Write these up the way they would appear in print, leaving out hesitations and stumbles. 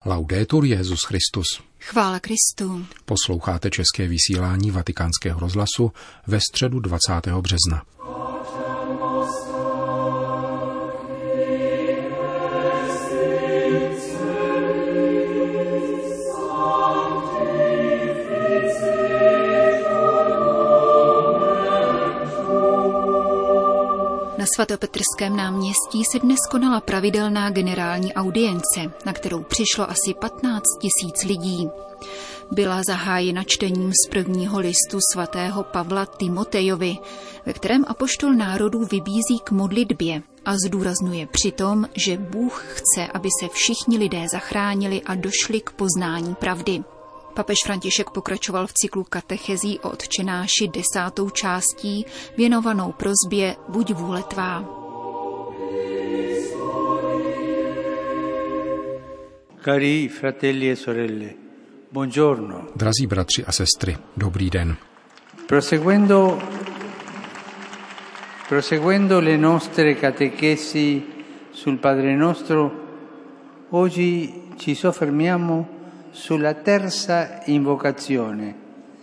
Laudetur Jesus Christus. Chvála Kristu. Posloucháte české vysílání Vatikánského rozhlasu ve středu 20. března. Na svatopetrském náměstí se dnes konala pravidelná generální audience, na kterou přišlo asi 15 000 lidí. Byla zahájena čtením z prvního listu svatého Pavla Timotejovi, ve kterém apoštol národů vybízí k modlitbě a zdůrazňuje přitom, že Bůh chce, aby se všichni lidé zachránili a došli k poznání pravdy. Papež František pokračoval v cyklu katechezí o Otčenáši 10. částí věnovanou prosbě Buď vůle tvá. Cari fratelli e sorelle, buongiorno. Drazí bratři a sestry, dobrý den. Proseguendo le nostre catechesi sul Padre Nostro, oggi ci soffermiamo sulla terza invocazione,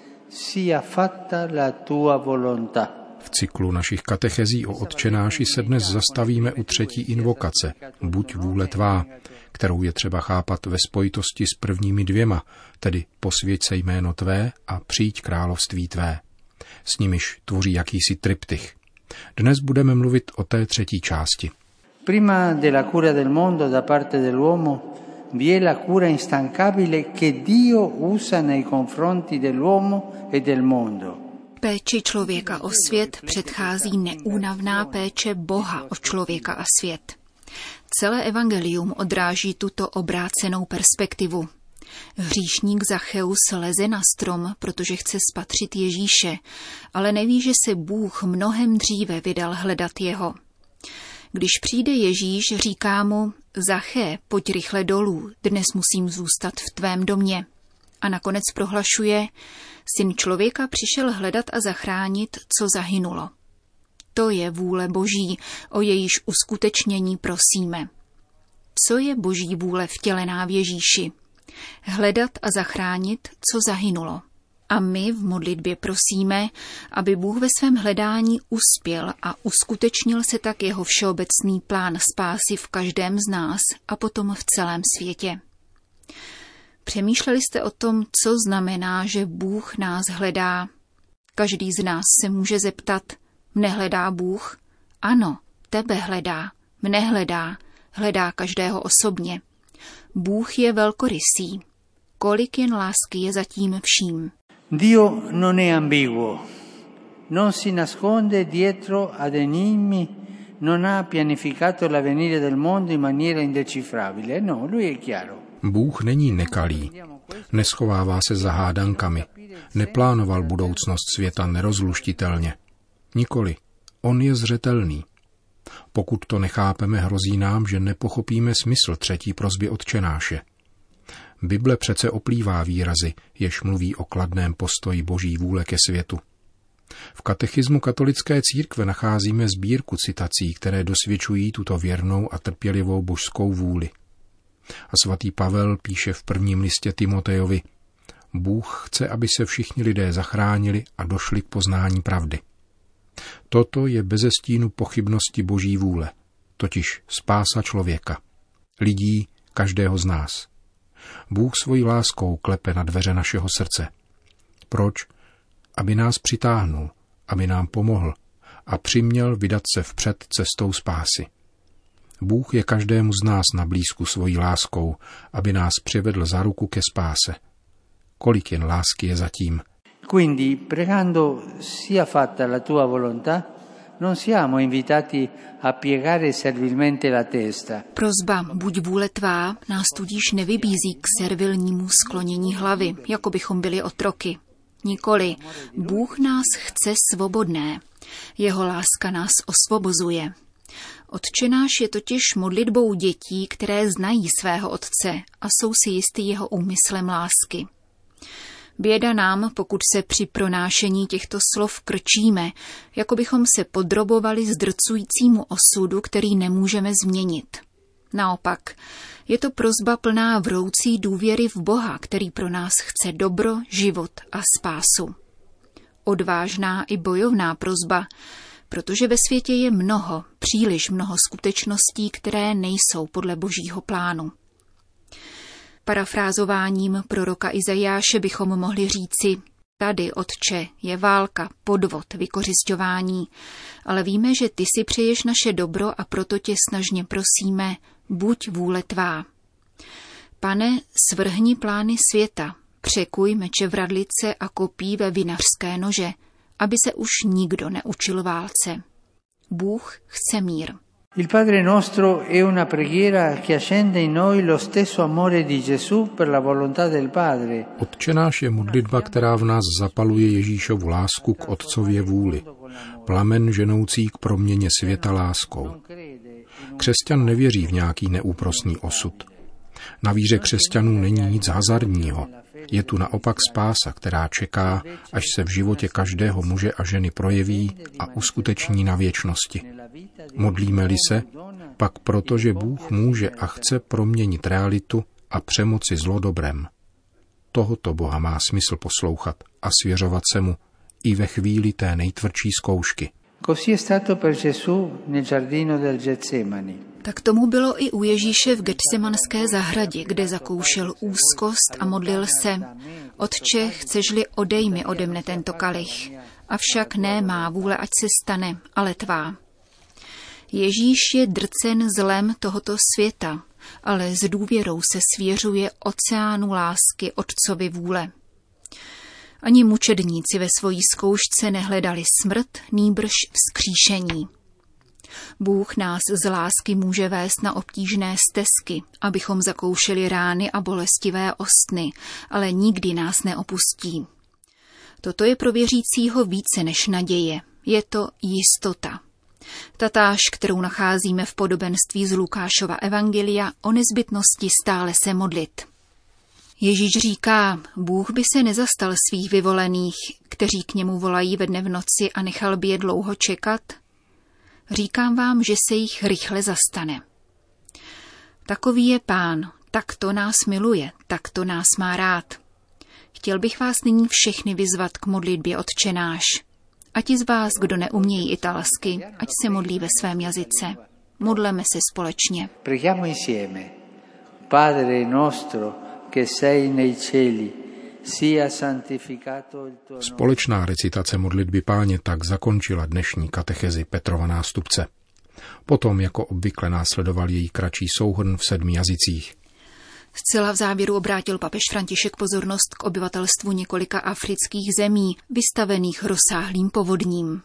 sia fatta la tua volontà. V cyklu našich katechezí o Otčenáši se dnes zastavíme u třetí invokace, Buď vůle tvá, kterou je třeba chápat ve spojitosti s prvními dvěma, tedy Posvěť se jméno tvé a Přijď království tvé. S nimiž tvoří jakýsi triptych. Dnes budeme mluvit o té třetí části. Prima della cura del mondo da parte dell'uomo vi è la cura instancabile che Dio usa nei confronti dell'uomo e del mondo. Péči člověka o svět předchází neúnavná péče Boha o člověka a svět. Celé evangelium odráží tuto obrácenou perspektivu. Hříšník Zacheus leze na strom, protože chce spatřit Ježíše, ale neví, že se Bůh mnohem dříve vydal hledat jeho. Když přijde Ježíš, říká mu: Zaché, pojď rychle dolů, dnes musím zůstat v tvém domě. A nakonec prohlašuje: Syn člověka přišel hledat a zachránit, co zahynulo. To je vůle Boží, o jejíž uskutečnění prosíme. Co je Boží vůle vtělená v Ježíši? Hledat a zachránit, co zahynulo. A my v modlitbě prosíme, aby Bůh ve svém hledání uspěl a uskutečnil se tak jeho všeobecný plán spásy v každém z nás a potom v celém světě. Přemýšleli jste o tom, co znamená, že Bůh nás hledá? Každý z nás se může zeptat: Mne hledá Bůh? Ano, tebe hledá, mne hledá, hledá každého osobně. Bůh je velkorysý. Kolik jen lásky je za tím vším. Dio non è ambiguo, non si nasconde dietro ad enigmi, non ha pianificato l'avvenire del mondo in maniera indecifrabile. No, lui è chiaro. Bůh není nekalý, neschovává se za hádankami, neplánoval budoucnost světa nerozluštitelně. Nikoli, on je zřetelný. Pokud to nechápeme, hrozí nám, že nepochopíme smysl třetí prosby Otčenáše. Bible přece oplývá výrazy, jež mluví o kladném postoji Boží vůle ke světu. V katechismu katolické církve nacházíme sbírku citací, které dosvědčují tuto věrnou a trpělivou božskou vůli. A svatý Pavel píše v prvním listě Timotejovi: Bůh chce, aby se všichni lidé zachránili a došli k poznání pravdy. Toto je beze stínu pochybnosti Boží vůle, totiž spása člověka, lidí, každého z nás. Bůh svojí láskou klepe na dveře našeho srdce. Proč? Aby nás přitáhnul, aby nám pomohl a přiměl vydat se vpřed cestou spásy. Bůh je každému z nás na blízku svojí láskou, aby nás přivedl za ruku ke spáse. Kolik jen lásky je zatím. Quindi, pregando sia fatta la tua volontà, non siamo invitati a piegare servilmente la testa. Prosba Buď vůle tvá nás tudíž nevybízí k servilnímu sklonění hlavy, jako bychom byli otroky. Nikoli, Bůh nás chce svobodné. Jeho láska nás osvobozuje. Otčenáš je totiž modlitbou dětí, které znají svého otce a jsou si jistý jeho úmyslem lásky. Běda nám, pokud se při pronášení těchto slov krčíme, jako bychom se podrobovali zdrcujícímu osudu, který nemůžeme změnit. Naopak, je to prosba plná vroucí důvěry v Boha, který pro nás chce dobro, život a spásu. Odvážná i bojovná prosba, protože ve světě je mnoho, příliš mnoho skutečností, které nejsou podle Božího plánu. Parafrázováním proroka Izajáše bychom mohli říci: tady, Otče, je válka, podvod, vykořisťování, ale víme, že ty si přeješ naše dobro a proto tě snažně prosíme, buď vůle tvá. Pane, svrhni plány světa, překuj meče vradlice a kopí ve vinařské nože, aby se už nikdo neučil válce. Bůh chce mír. Il Padre nostro è una preghiera che accende in noi lo stesso amore di Gesù per la volontà del Padre. Otče náš je modlitba, která v nás zapaluje Ježíšovu lásku k Otcově vůli. Plamen ženoucí k proměně světa láskou. Křesťan nevěří v nějaký neúprosný osud. Na víře křesťanů není nic hazardního. Je tu naopak spása, která čeká, až se v životě každého muže a ženy projeví a uskuteční na věčnosti. Modlíme-li se, pak protože Bůh může a chce proměnit realitu a přemoci zlo dobrem. Tohoto Boha má smysl poslouchat a svěřovat se mu i ve chvíli té nejtvrdší zkoušky. Tak tomu bylo i u Ježíše v Getsemanské zahradě, kde zakoušel úzkost a modlil se: Otče, chceš-li, odej mi ode mne tento kalich, avšak ne má vůle, ať se stane, ale tvá. Ježíš je drcen zlem tohoto světa, ale s důvěrou se svěřuje oceánu lásky Otcovy vůle. Ani mučedníci ve svojí zkoušce nehledali smrt, nýbrž vzkříšení. Bůh nás z lásky může vést na obtížné stezky, abychom zakoušeli rány a bolestivé ostny, ale nikdy nás neopustí. Toto je pro věřícího více než naděje, je to jistota. Tatáž, kterou nacházíme v podobenství z Lukášova evangelia o nezbytnosti stále se modlit. Ježíš říká: Bůh by se nezastal svých vyvolených, kteří k němu volají ve dne v noci a nechal by je dlouho čekat? Říkám vám, že se jich rychle zastane. Takový je Pán, takto nás miluje, takto nás má rád. Chtěl bych vás nyní všechny vyzvat k modlitbě Otče náš. A ti z vás, kdo neumějí italsky, ať se modlí ve svém jazyce. Modleme se společně. Preghiamo insieme. Padre nostro, che sei nei cieli, sia santificato il tuo nome. Společná recitace modlitby Páně tak zakončila dnešní katechezi Petrova nástupce. Potom, jako obvykle, následoval její kratší souhrn v 7 jazycích. Zcela v závěru obrátil papež František pozornost k obyvatelstvu několika afrických zemí, vystavených rozsáhlým povodním.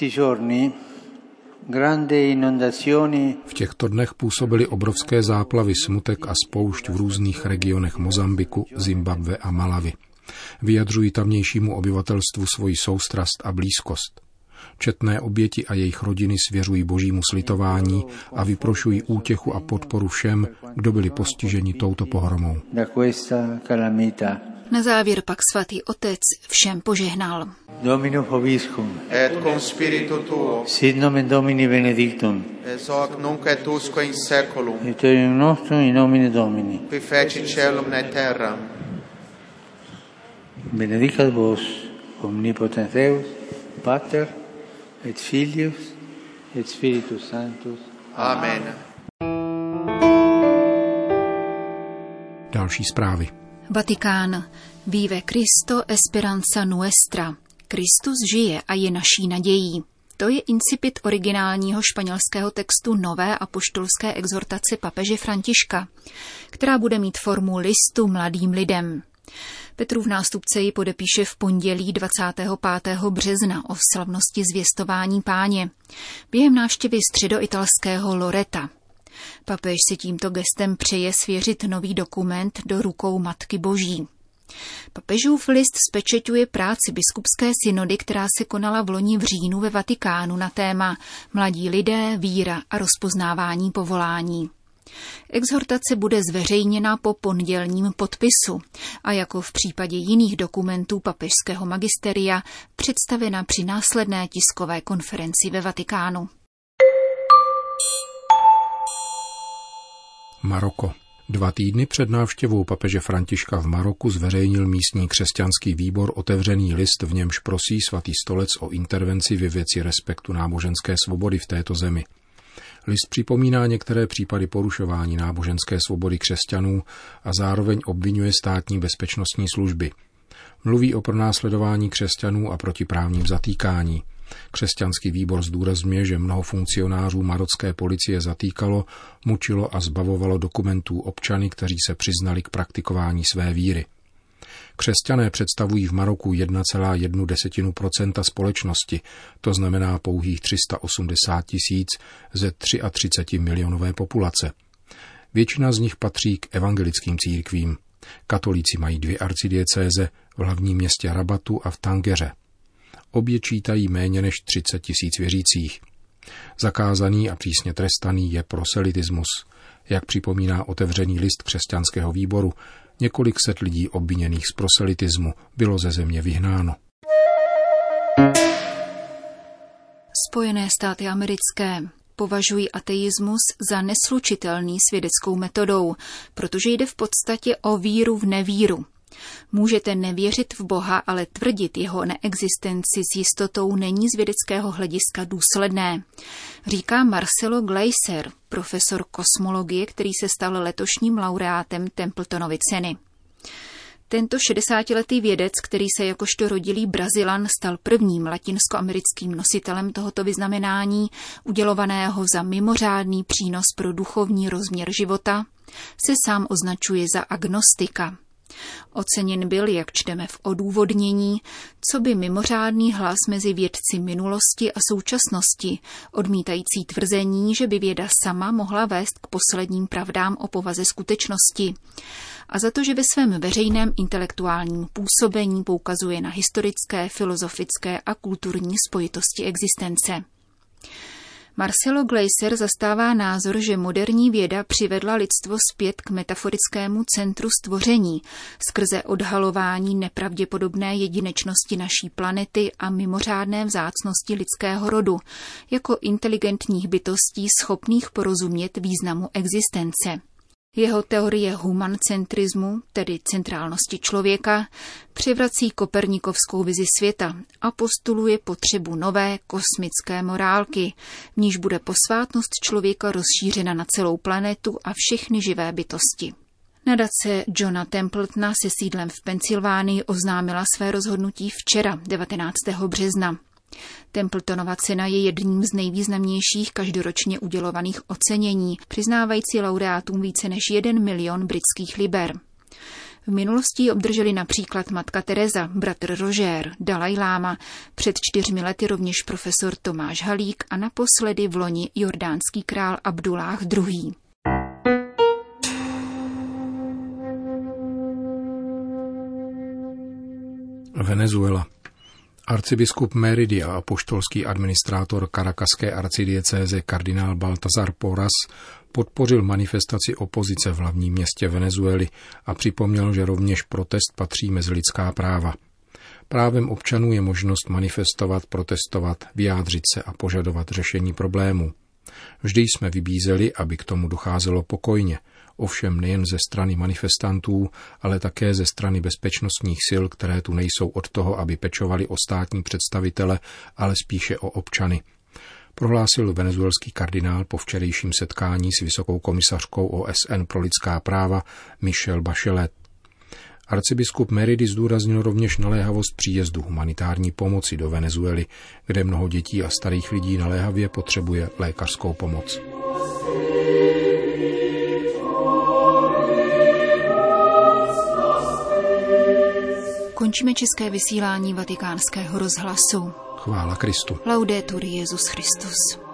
V těchto dnech působily obrovské záplavy, smutek a spoušť v různých regionech Mozambiku, Zimbabwe a Malawi. Vyjadřují tamnějšímu obyvatelstvu svoji soustrast a blízkost. Četné oběti a jejich rodiny svěřují Božímu slitování a vyprošují útěchu a podporu všem, kdo byli postiženi touto pohromou. Na závěr pak svatý otec všem požehnal. Domino vobiscum. Et cum spiritu tuo. Sit nomen Domini benedictum. Ex hoc nunc et usque in saeculum. Aiuterium nostrum in nomine Domini. Qui feci caelum et terram. Benedicat vos omnipotens Deus, Pater et Filius et Spiritus Sanctus. Amen. Další zprávy. Vatikán. Vive Cristo esperanza nuestra. Kristus žije a je naší nadějí. To je incipit originálního španělského textu nové apoštolské exhortace papeže Františka, která bude mít formu listu mladým lidem. Petrův nástupce ji podepíše v pondělí 25. března o slavnosti zvěstování Páně během návštěvy středoitalského Loreta. Papež si tímto gestem přeje svěřit nový dokument do rukou Matky Boží. Papežův list zpečeťuje práci biskupské synody, která se konala v loni v říjnu ve Vatikánu na téma Mladí lidé, víra a rozpoznávání povolání. Exhortace bude zveřejněna po pondělním podpisu a jako v případě jiných dokumentů papežského magisteria představena při následné tiskové konferenci ve Vatikánu. Maroko. 2 týdny před návštěvou papeže Františka v Maroku zveřejnil místní křesťanský výbor otevřený list, v němž prosí Svatý stolec o intervenci ve věci respektu náboženské svobody v této zemi. List připomíná některé případy porušování náboženské svobody křesťanů a zároveň obvinuje státní bezpečnostní služby. Mluví o pronásledování křesťanů a protiprávním zatýkání. Křesťanský výbor zdůrazňuje, že mnoho funkcionářů marocké policie zatýkalo, mučilo a zbavovalo dokumentů občany, kteří se přiznali k praktikování své víry. Křesťané představují v Maroku 1,1% společnosti, to znamená pouhých 380 000 ze 33 milionové populace. Většina z nich patří k evangelickým církvím. Katolíci mají 2 arcidiecéze v hlavním městě Rabatu a v Tangeře. Obě čítají méně než 30 000 věřících. Zakázaný a přísně trestaný je proselitismus. Jak připomíná otevřený list křesťanského výboru, několik set lidí obviněných z proselitismu bylo ze země vyhnáno. Spojené státy americké považují ateismus za neslučitelný s vědeckou metodou, protože jde v podstatě o víru v nevíru. Můžete nevěřit v Boha, ale tvrdit jeho neexistenci s jistotou není z vědeckého hlediska důsledné, říká Marcelo Gleiser, profesor kosmologie, který se stal letošním laureátem Templetonovy ceny. Tento 60letý vědec, který se jakožto rodilý Brazilan stal prvním latinskoamerickým nositelem tohoto vyznamenání, udělovaného za mimořádný přínos pro duchovní rozměr života, se sám označuje za agnostika. Oceněn byl, jak čteme v odůvodnění, co by mimořádný hlas mezi vědci minulosti a současnosti, odmítající tvrzení, že by věda sama mohla vést k posledním pravdám o povaze skutečnosti, a za to, že ve svém veřejném intelektuálním působení poukazuje na historické, filozofické a kulturní spojitosti existence. Marcelo Gleiser zastává názor, že moderní věda přivedla lidstvo zpět k metaforickému centru stvoření skrze odhalování nepravděpodobné jedinečnosti naší planety a mimořádné vzácnosti lidského rodu, jako inteligentních bytostí schopných porozumět významu existence. Jeho teorie humancentrismu, tedy centrálnosti člověka, přivrací kopernikovskou vizi světa a postuluje potřebu nové kosmické morálky, v níž bude posvátnost člověka rozšířena na celou planetu a všechny živé bytosti. Nadace Johna Templetona se sídlem v Pensylvánii oznámila své rozhodnutí včera, 19. března. Templetonova cena je jedním z nejvýznamnějších každoročně udělovaných ocenění, přiznávající laureátům více než 1 milion britských liber. V minulosti obdrželi například matka Teresa, bratr Roger, Dalaj Láma, před 4 lety rovněž profesor Tomáš Halík a naposledy v loni jordánský král Abdulláh II. Venezuela. Arcibiskup Mérida a apoštolský administrátor Caracaské arcidiecéze kardinál Baltasar Porras podpořil manifestaci opozice v hlavním městě Venezuely a připomněl, že rovněž protest patří mezi lidská práva. Právem občanů je možnost manifestovat, protestovat, vyjádřit se a požadovat řešení problémů. Vždy jsme vybízeli, aby k tomu docházelo pokojně, ovšem nejen ze strany manifestantů, ale také ze strany bezpečnostních sil, které tu nejsou od toho, aby pečovali o státní představitele, ale spíše o občany, prohlásil venezuelský kardinál po včerejším setkání s vysokou komisařkou OSN pro lidská práva Michelle Bachelet. Arcibiskup Méridy zdůraznil rovněž naléhavost příjezdu humanitární pomoci do Venezuely, kde mnoho dětí a starých lidí naléhavě potřebuje lékařskou pomoc. Končíme české vysílání Vatikánského rozhlasu. Chvála Kristu. Laudetur Jesus Christus.